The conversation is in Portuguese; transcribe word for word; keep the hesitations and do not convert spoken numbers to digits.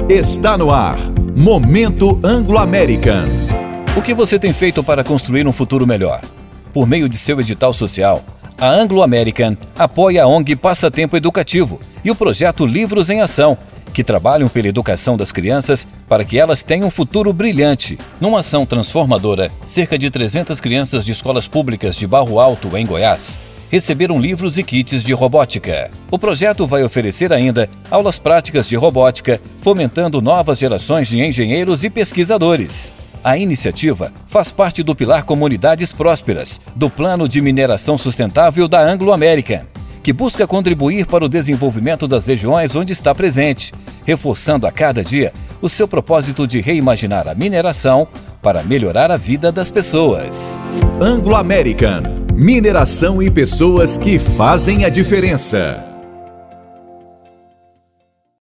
Está no ar, Momento Anglo-American. O que você tem feito para construir um futuro melhor? Por meio de seu edital social, a Anglo-American apoia a ONG Passatempo Educativo e o projeto Livros em Ação, que trabalham pela educação das crianças para que elas tenham um futuro brilhante. Numa ação transformadora, cerca de trezentas crianças de escolas públicas de Barro Alto, em Goiás, receberam livros e kits de robótica. O projeto vai oferecer ainda aulas práticas de robótica, fomentando novas gerações de engenheiros e pesquisadores. A iniciativa faz parte do pilar Comunidades Prósperas, do Plano de Mineração Sustentável da Anglo-American, que busca contribuir para o desenvolvimento das regiões onde está presente, reforçando a cada dia o seu propósito de reimaginar a mineração para melhorar a vida das pessoas. Anglo-American, mineração e pessoas que fazem a diferença.